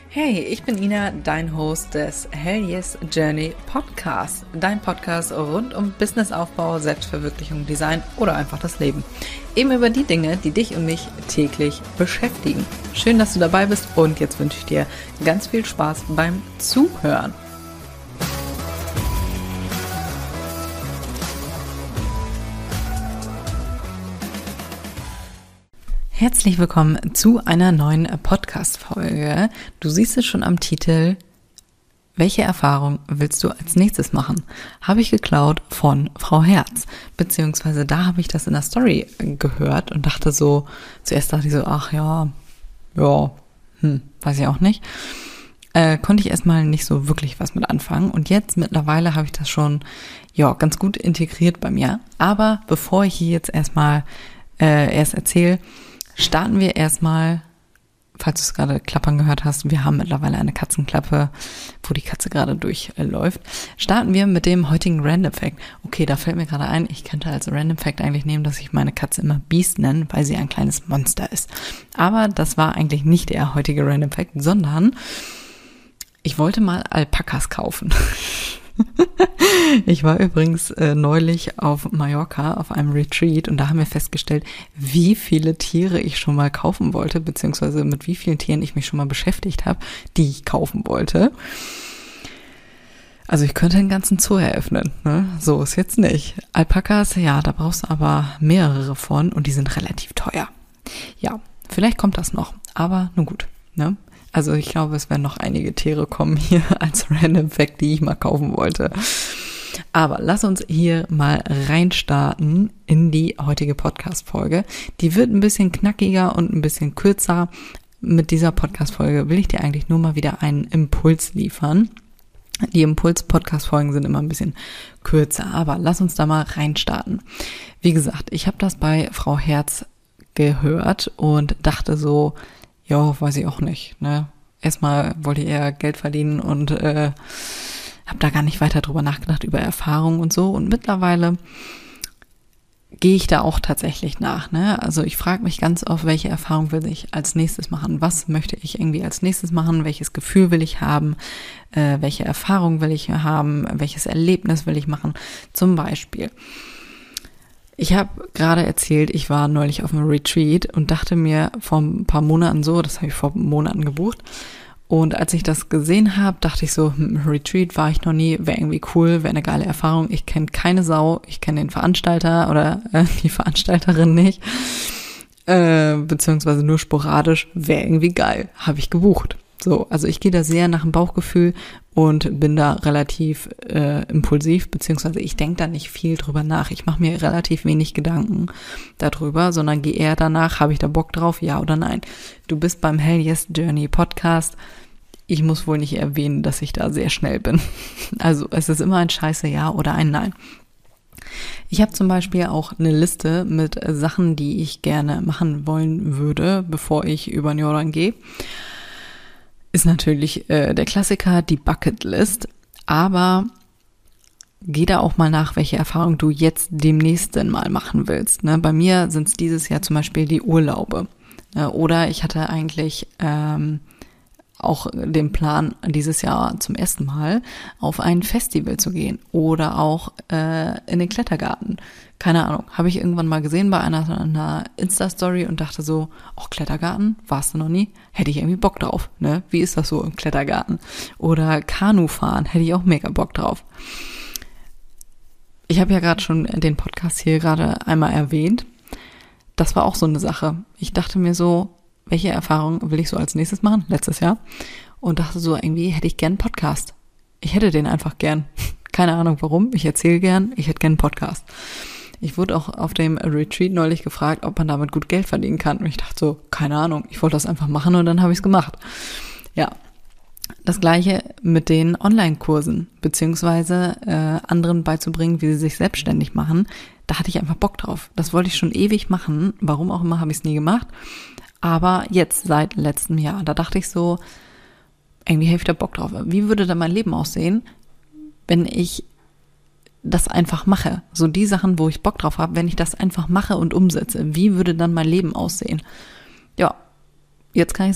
Hey, ich bin Ina, dein Host des Hell Yes Journey Podcast. Dein Podcast rund um Businessaufbau, Selbstverwirklichung, Design oder einfach das Leben. Eben über die Dinge, die dich und mich täglich beschäftigen. Schön, dass du dabei bist und jetzt wünsche ich dir ganz viel Spaß beim Zuhören. Herzlich willkommen zu einer neuen Podcast-Folge. Du siehst es schon am Titel. Welche Erfahrung willst du als nächstes machen? Habe ich geklaut von Frau Herz. Beziehungsweise da habe ich das in der Story gehört und dachte so, zuerst dachte ich so, weiß ich auch nicht. Konnte ich erstmal nicht so wirklich was mit anfangen. Und jetzt mittlerweile habe ich das schon, ganz gut integriert bei mir. Aber bevor ich hier jetzt erst erzähle, starten wir erstmal, falls du es gerade klappern gehört hast, wir haben mittlerweile eine Katzenklappe, wo die Katze gerade durchläuft. Starten wir mit dem heutigen Random Fact. Okay, da fällt mir gerade ein, ich könnte als Random Fact eigentlich nehmen, dass ich meine Katze immer Beast nenne, weil sie ein kleines Monster ist. Aber das war eigentlich nicht der heutige Random Fact, sondern ich wollte mal Alpakas kaufen. Ich war übrigens neulich auf Mallorca auf einem Retreat und da haben wir festgestellt, wie viele Tiere ich schon mal kaufen wollte, beziehungsweise mit wie vielen Tieren ich mich schon mal beschäftigt habe, die ich kaufen wollte. Also ich könnte einen ganzen Zoo eröffnen, ne? So ist jetzt nicht. Alpakas, ja, da brauchst du aber mehrere von und die sind relativ teuer. Ja, vielleicht kommt das noch, aber nun gut, ne? Also ich glaube, es werden noch einige Tiere kommen hier als Random Fact, die ich mal kaufen wollte. Aber lass uns hier mal reinstarten in die heutige Podcast-Folge. Die wird ein bisschen knackiger und ein bisschen kürzer. Mit dieser Podcast-Folge will ich dir eigentlich nur mal wieder einen Impuls liefern. Die Impuls-Podcast-Folgen sind immer ein bisschen kürzer, aber lass uns da mal reinstarten. Wie gesagt, ich habe das bei Frau Herz gehört und dachte so, weiß ich auch nicht, ne? Erstmal wollte ich eher Geld verdienen und habe da gar nicht weiter drüber nachgedacht, über Erfahrungen und so. Und mittlerweile gehe ich da auch tatsächlich nach, ne? Also ich frage mich ganz oft, welche Erfahrung will ich als nächstes machen? Was möchte ich irgendwie als nächstes machen? Welches Gefühl will ich haben? Welche Erfahrung will ich haben? Welches Erlebnis will ich machen? Zum Beispiel, ich habe gerade erzählt, ich war neulich auf einem Retreat und dachte mir vor ein paar Monaten so, das habe ich vor Monaten gebucht. Und als ich das gesehen habe, dachte ich so, Retreat war ich noch nie, wäre irgendwie cool, wäre eine geile Erfahrung. Ich kenne keine Sau, ich kenne den Veranstalter oder die Veranstalterin nicht, beziehungsweise nur sporadisch, wäre irgendwie geil, habe ich gebucht. So, also ich gehe da sehr nach dem Bauchgefühl und bin da relativ impulsiv, beziehungsweise ich denke da nicht viel drüber nach. Ich mache mir relativ wenig Gedanken darüber, sondern gehe eher danach, habe ich da Bock drauf, ja oder nein. Du bist beim Hell Yes Journey Podcast. Ich muss wohl nicht erwähnen, dass ich da sehr schnell bin. Also es ist immer ein Scheiße Ja oder ein Nein. Ich habe zum Beispiel auch eine Liste mit Sachen, die ich gerne machen wollen würde, bevor ich über den Jordan gehe. Ist natürlich der Klassiker, die Bucketlist, aber geh da auch mal nach, welche Erfahrung du jetzt demnächst denn mal machen willst. Ne? Bei mir sind es dieses Jahr zum Beispiel die Urlaube. Oder ich hatte eigentlich auch den Plan, dieses Jahr zum ersten Mal auf ein Festival zu gehen oder auch in den Klettergarten. Keine Ahnung, habe ich irgendwann mal gesehen bei einer Insta-Story und dachte so, Klettergarten, warst du noch nie? Hätte ich irgendwie Bock drauf, ne? Wie ist das so im Klettergarten? Oder Kanu fahren, hätte ich auch mega Bock drauf. Ich habe ja gerade schon den Podcast hier gerade einmal erwähnt. Das war auch so eine Sache. Ich dachte mir so, welche Erfahrung will ich so als nächstes machen? Letztes Jahr. Und dachte so, irgendwie hätte ich gern einen Podcast. Ich hätte den einfach gern. Keine Ahnung warum. Ich erzähle gern. Ich hätte gern einen Podcast. Ich wurde auch auf dem Retreat neulich gefragt, ob man damit gut Geld verdienen kann. Und ich dachte so, keine Ahnung. Ich wollte das einfach machen und dann habe ich es gemacht. Ja. Das Gleiche mit den Online-Kursen, beziehungsweise anderen beizubringen, wie sie sich selbstständig machen. Da hatte ich einfach Bock drauf. Das wollte ich schon ewig machen. Warum auch immer habe ich es nie gemacht. Aber jetzt seit letztem Jahr, da dachte ich so, irgendwie hätte ich da Bock drauf. Wie würde dann mein Leben aussehen, wenn ich das einfach mache? So die Sachen, wo ich Bock drauf habe, wenn ich das einfach mache und umsetze, wie würde dann mein Leben aussehen? Ja, jetzt kann ich sagen,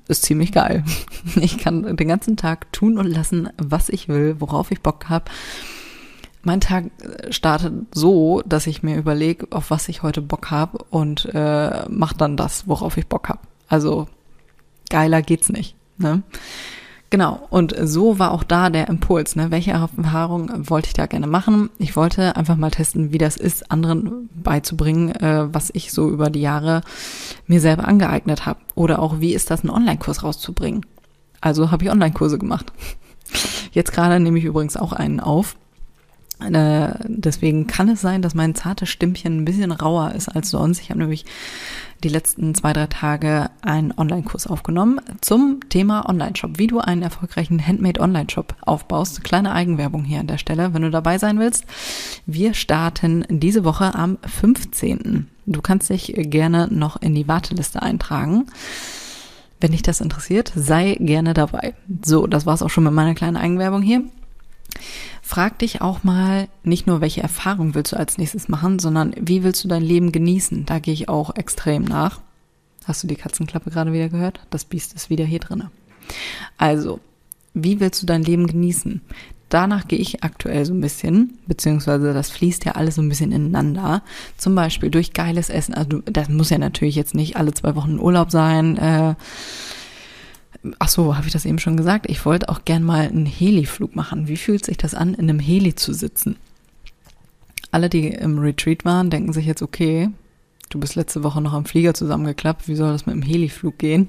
ist ziemlich geil. Ich kann den ganzen Tag tun und lassen, was ich will, worauf ich Bock habe. Mein Tag startet so, dass ich mir überlege, auf was ich heute Bock habe und mache dann das, worauf ich Bock habe. Also geiler geht's nicht, ne? Genau, und so war auch da der Impuls, ne? Welche Erfahrung wollte ich da gerne machen? Ich wollte einfach mal testen, wie das ist, anderen beizubringen, was ich so über die Jahre mir selber angeeignet habe. Oder auch, wie ist das, einen Online-Kurs rauszubringen? Also habe ich Online-Kurse gemacht. Jetzt gerade nehme ich übrigens auch einen auf. Deswegen kann es sein, dass mein zartes Stimmchen ein bisschen rauer ist als sonst. Ich habe nämlich die letzten 2-3 Tage einen Online-Kurs aufgenommen zum Thema Online-Shop, wie du einen erfolgreichen Handmade-Online-Shop aufbaust. Kleine Eigenwerbung hier an der Stelle, wenn du dabei sein willst. Wir starten diese Woche am 15. Du kannst dich gerne noch in die Warteliste eintragen. Wenn dich das interessiert, sei gerne dabei. So, das war's auch schon mit meiner kleinen Eigenwerbung hier. Frag dich auch mal nicht nur, welche Erfahrung willst du als nächstes machen, sondern wie willst du dein Leben genießen? Da gehe ich auch extrem nach. Hast du die Katzenklappe gerade wieder gehört? Das Biest ist wieder hier drin. Also, wie willst du dein Leben genießen? Danach gehe ich aktuell so ein bisschen, beziehungsweise das fließt ja alles so ein bisschen ineinander. Zum Beispiel durch geiles Essen. Also das muss ja natürlich jetzt nicht alle 2 Wochen Urlaub sein. Ach so, habe ich das eben schon gesagt? Ich wollte auch gern mal einen Heliflug machen. Wie fühlt sich das an, in einem Heli zu sitzen? Alle, die im Retreat waren, denken sich jetzt, okay, du bist letzte Woche noch am Flieger zusammengeklappt. Wie soll das mit dem Heliflug gehen?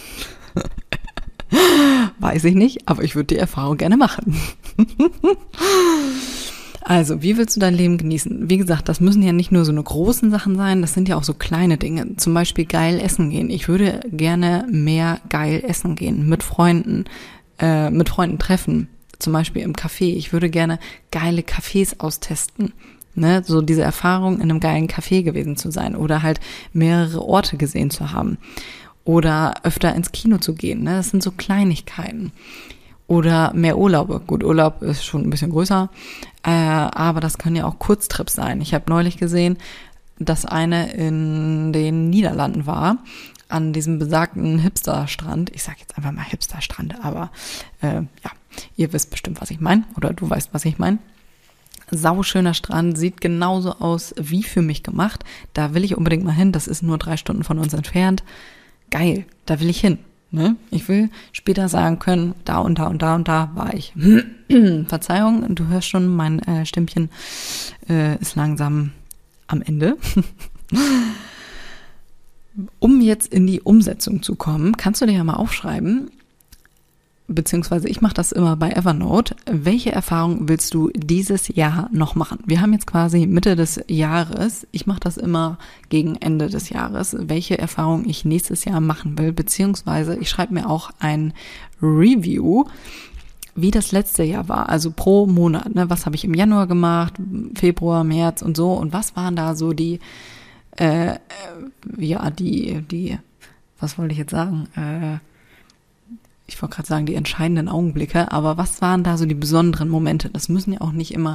Weiß ich nicht, aber ich würde die Erfahrung gerne machen. Also, wie willst du dein Leben genießen? Wie gesagt, das müssen ja nicht nur so eine großen Sachen sein, das sind ja auch so kleine Dinge. Zum Beispiel geil essen gehen. Ich würde gerne mehr geil essen gehen, mit Freunden treffen. Zum Beispiel im Café. Ich würde gerne geile Cafés austesten. Ne? So diese Erfahrung, in einem geilen Café gewesen zu sein oder halt mehrere Orte gesehen zu haben. Oder öfter ins Kino zu gehen. Ne? Das sind so Kleinigkeiten. Oder mehr Urlaube. Gut, Urlaub ist schon ein bisschen größer, aber das können ja auch Kurztrips sein. Ich habe neulich gesehen, dass eine in den Niederlanden war, an diesem besagten Hipster-Strand. Ich sage jetzt einfach mal Hipster-Strand, aber ja, ihr wisst bestimmt, was ich meine. Oder du weißt, was ich meine. Sauschöner Strand, sieht genauso aus wie für mich gemacht. Da will ich unbedingt mal hin. Das ist nur 3 Stunden von uns entfernt. Geil, da will ich hin. Ne? Ich will später sagen können, da und da und da und da war ich. Verzeihung, du hörst schon, mein Stimmchen ist langsam am Ende. Um jetzt in die Umsetzung zu kommen, kannst du dir ja mal aufschreiben, beziehungsweise ich mache das immer bei Evernote. Welche Erfahrung willst du dieses Jahr noch machen? Wir haben jetzt quasi Mitte des Jahres. Ich mache das immer gegen Ende des Jahres. Welche Erfahrung ich nächstes Jahr machen will, beziehungsweise ich schreibe mir auch ein Review, wie das letzte Jahr war. Also pro Monat. Ne? Was habe ich im Januar gemacht, Februar, März und so. Und was waren da so die, was wollte ich jetzt sagen? Ich wollte gerade sagen, die entscheidenden Augenblicke, aber was waren da so die besonderen Momente? Das müssen ja auch nicht immer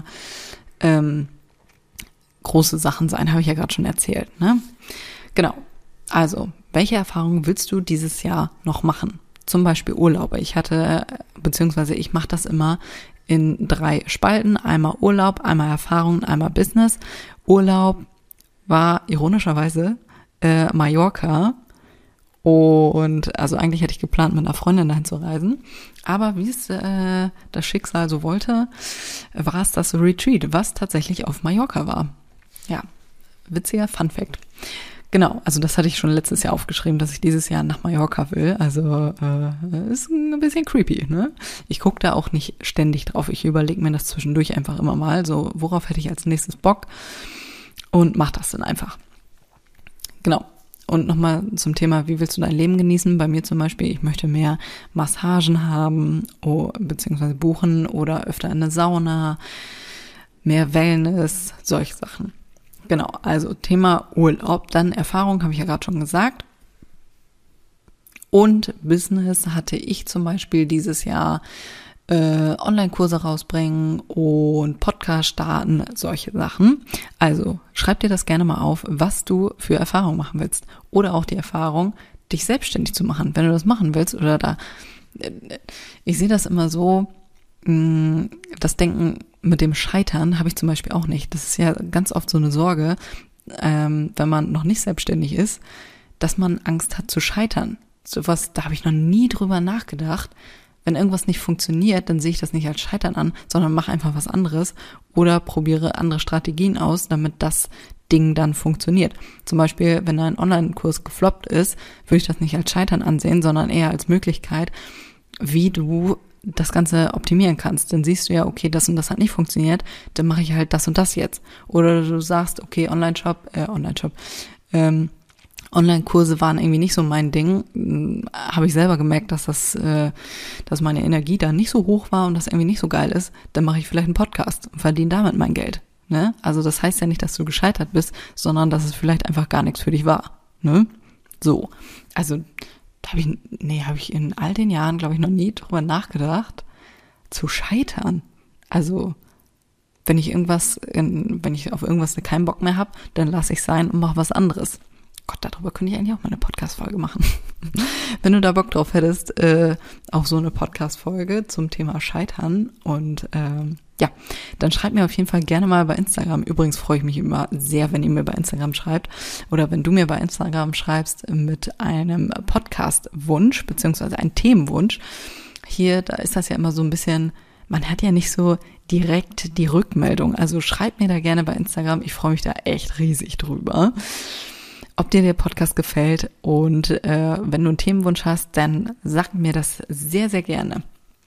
große Sachen sein, habe ich ja gerade schon erzählt, ne? Genau. Also, welche Erfahrungen willst du dieses Jahr noch machen? Zum Beispiel Urlaube. Ich mache das immer in 3 Spalten. Einmal Urlaub, einmal Erfahrungen, einmal Business. Urlaub war ironischerweise Mallorca. Und also eigentlich hätte ich geplant, mit einer Freundin dahin zu reisen. Aber wie es das Schicksal so wollte, war es das Retreat, was tatsächlich auf Mallorca war. Ja, witziger Funfact. Genau, also das hatte ich schon letztes Jahr aufgeschrieben, dass ich dieses Jahr nach Mallorca will. Also ist ein bisschen creepy, ne? Ich gucke da auch nicht ständig drauf. Ich überlege mir das zwischendurch einfach immer mal. So, worauf hätte ich als nächstes Bock? Und mach das dann einfach. Genau. Und nochmal zum Thema, wie willst du dein Leben genießen? Bei mir zum Beispiel, ich möchte mehr Massagen haben, beziehungsweise buchen oder öfter in eine Sauna, mehr Wellness, solche Sachen. Genau, also Thema Urlaub, dann Erfahrung, habe ich ja gerade schon gesagt. Und Business hatte ich zum Beispiel dieses Jahr Online-Kurse rausbringen und Podcast starten, solche Sachen. Also schreib dir das gerne mal auf, was du für Erfahrungen machen willst. Oder auch die Erfahrung, dich selbstständig zu machen, wenn du das machen willst oder da. Ich sehe das immer so, das Denken mit dem Scheitern habe ich zum Beispiel auch nicht. Das ist ja ganz oft so eine Sorge, wenn man noch nicht selbstständig ist, dass man Angst hat zu scheitern. Sowas, da habe ich noch nie drüber nachgedacht. Wenn irgendwas nicht funktioniert, dann sehe ich das nicht als Scheitern an, sondern mache einfach was anderes oder probiere andere Strategien aus, damit das Ding dann funktioniert. Zum Beispiel, wenn ein Online-Kurs gefloppt ist, würde ich das nicht als Scheitern ansehen, sondern eher als Möglichkeit, wie du das Ganze optimieren kannst. Dann siehst du ja, okay, das und das hat nicht funktioniert, dann mache ich halt das und das jetzt. Oder du sagst, okay, Online-Kurse waren irgendwie nicht so mein Ding. Habe ich selber gemerkt, dass meine Energie da nicht so hoch war und das irgendwie nicht so geil ist. Dann mache ich vielleicht einen Podcast und verdiene damit mein Geld. Ne? Also das heißt ja nicht, dass du gescheitert bist, sondern dass es vielleicht einfach gar nichts für dich war. Ne? So, also habe ich in all den Jahren, glaube ich, noch nie drüber nachgedacht, zu scheitern. Also wenn ich auf irgendwas keinen Bock mehr habe, dann lasse ich es sein und mache was anderes. Gott, darüber könnte ich eigentlich auch mal eine Podcast-Folge machen. Wenn du da Bock drauf hättest, auf so eine Podcast-Folge zum Thema Scheitern und dann schreibt mir auf jeden Fall gerne mal bei Instagram. Übrigens freue ich mich immer sehr, wenn ihr mir bei Instagram schreibt oder wenn du mir bei Instagram schreibst mit einem Podcast-Wunsch beziehungsweise einen Themenwunsch. Hier, da ist das ja immer so ein bisschen, man hat ja nicht so direkt die Rückmeldung. Also schreib mir da gerne bei Instagram. Ich freue mich da echt riesig drüber, ob dir der Podcast gefällt. Und wenn du einen Themenwunsch hast, dann sag mir das sehr, sehr gerne.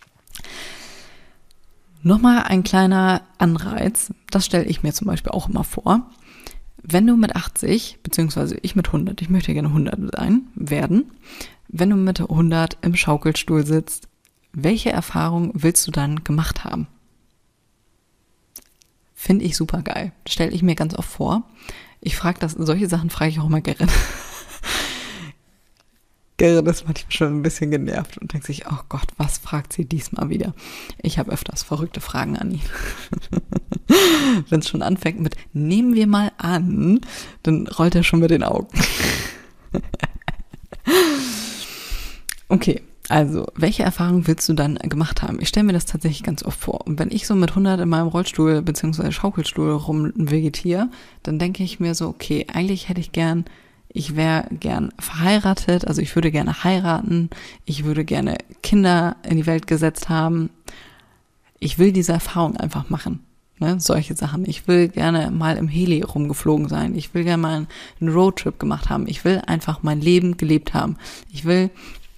Nochmal ein kleiner Anreiz, das stelle ich mir zum Beispiel auch immer vor. Wenn du mit 80, beziehungsweise ich mit 100, ich möchte gerne 100 werden, wenn du mit 100 im Schaukelstuhl sitzt, welche Erfahrung willst du dann gemacht haben? Finde ich super geil. Stelle ich mir ganz oft vor. Solche Sachen frage ich auch immer Gerrit. Gerrit ist manchmal schon ein bisschen genervt und denkt sich, oh Gott, was fragt sie diesmal wieder? Ich habe öfters verrückte Fragen an ihn. Wenn es schon anfängt mit, nehmen wir mal an, dann rollt er schon mit den Augen. Okay, also, welche Erfahrung willst du dann gemacht haben? Ich stelle mir das tatsächlich ganz oft vor. Und wenn ich so mit 100 in meinem Rollstuhl bzw. Schaukelstuhl rumvegetiere, dann denke ich mir so, okay, eigentlich ich wäre gern verheiratet, also ich würde gerne heiraten, ich würde gerne Kinder in die Welt gesetzt haben. Ich will diese Erfahrung einfach machen, ne? Solche Sachen. Ich will gerne mal im Heli rumgeflogen sein. Ich will gerne mal einen Roadtrip gemacht haben. Ich will einfach mein Leben gelebt haben. Ich will,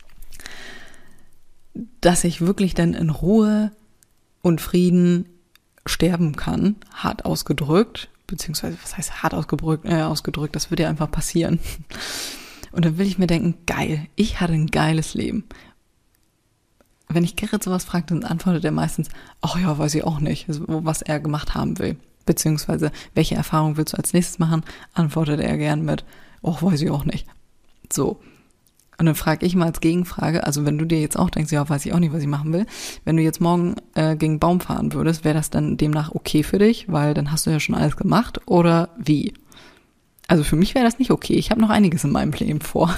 dass ich wirklich dann in Ruhe und Frieden sterben kann, hart ausgedrückt. Beziehungsweise, was heißt hart ausgedrückt, das wird ja einfach passieren. Und dann will ich mir denken, geil, ich hatte ein geiles Leben. Wenn ich Gerrit sowas frage, dann antwortet er meistens, ach ja, weiß ich auch nicht, was er gemacht haben will. Beziehungsweise, welche Erfahrung willst du als nächstes machen, antwortet er gern mit, ach, weiß ich auch nicht. So. Und dann frage ich mal als Gegenfrage, also wenn du dir jetzt auch denkst, ja, weiß ich auch nicht, was ich machen will, wenn du jetzt morgen gegen einen Baum fahren würdest, wäre das dann demnach okay für dich, weil dann hast du ja schon alles gemacht oder wie? Also für mich wäre das nicht okay, ich habe noch einiges in meinem Leben vor.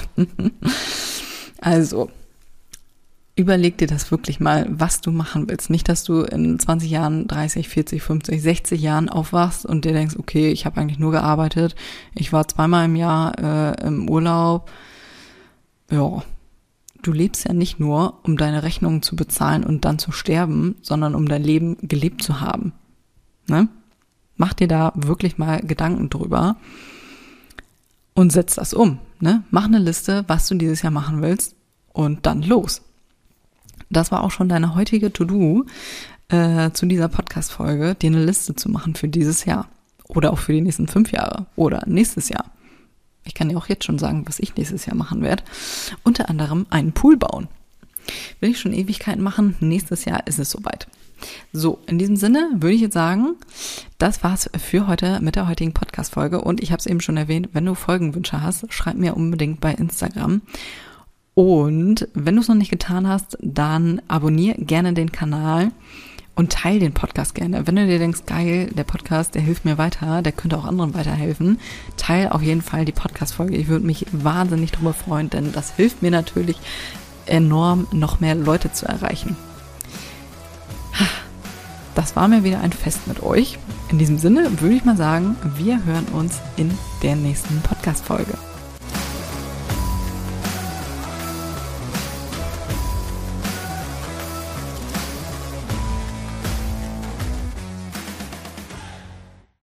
Also, überleg dir das wirklich mal, was du machen willst. Nicht, dass du in 20 Jahren, 30, 40, 50, 60 Jahren aufwachst und dir denkst, okay, ich habe eigentlich nur gearbeitet, ich war 2-mal im Jahr im Urlaub. Ja, du lebst ja nicht nur, um deine Rechnungen zu bezahlen und dann zu sterben, sondern um dein Leben gelebt zu haben. Ne? Mach dir da wirklich mal Gedanken drüber und setz das um. Ne? Mach eine Liste, was du dieses Jahr machen willst und dann los. Das war auch schon deine heutige To-Do zu dieser Podcast-Folge, dir eine Liste zu machen für dieses Jahr oder auch für die nächsten 5 Jahre oder nächstes Jahr. Ich kann dir auch jetzt schon sagen, was ich nächstes Jahr machen werde. Unter anderem einen Pool bauen. Will ich schon Ewigkeiten machen. Nächstes Jahr ist es soweit. So, in diesem Sinne würde ich jetzt sagen, das war's für heute mit der heutigen Podcast-Folge. Und ich habe es eben schon erwähnt, wenn du Folgenwünsche hast, schreib mir unbedingt bei Instagram. Und wenn du es noch nicht getan hast, dann abonniere gerne den Kanal Und teil den Podcast gerne. Wenn du dir denkst, geil, der Podcast, der hilft mir weiter, der könnte auch anderen weiterhelfen, teil auf jeden Fall die Podcast-Folge. Ich würde mich wahnsinnig darüber freuen, denn das hilft mir natürlich enorm, noch mehr Leute zu erreichen. Das war mir wieder ein Fest mit euch. In diesem Sinne würde ich mal sagen, wir hören uns in der nächsten Podcast-Folge.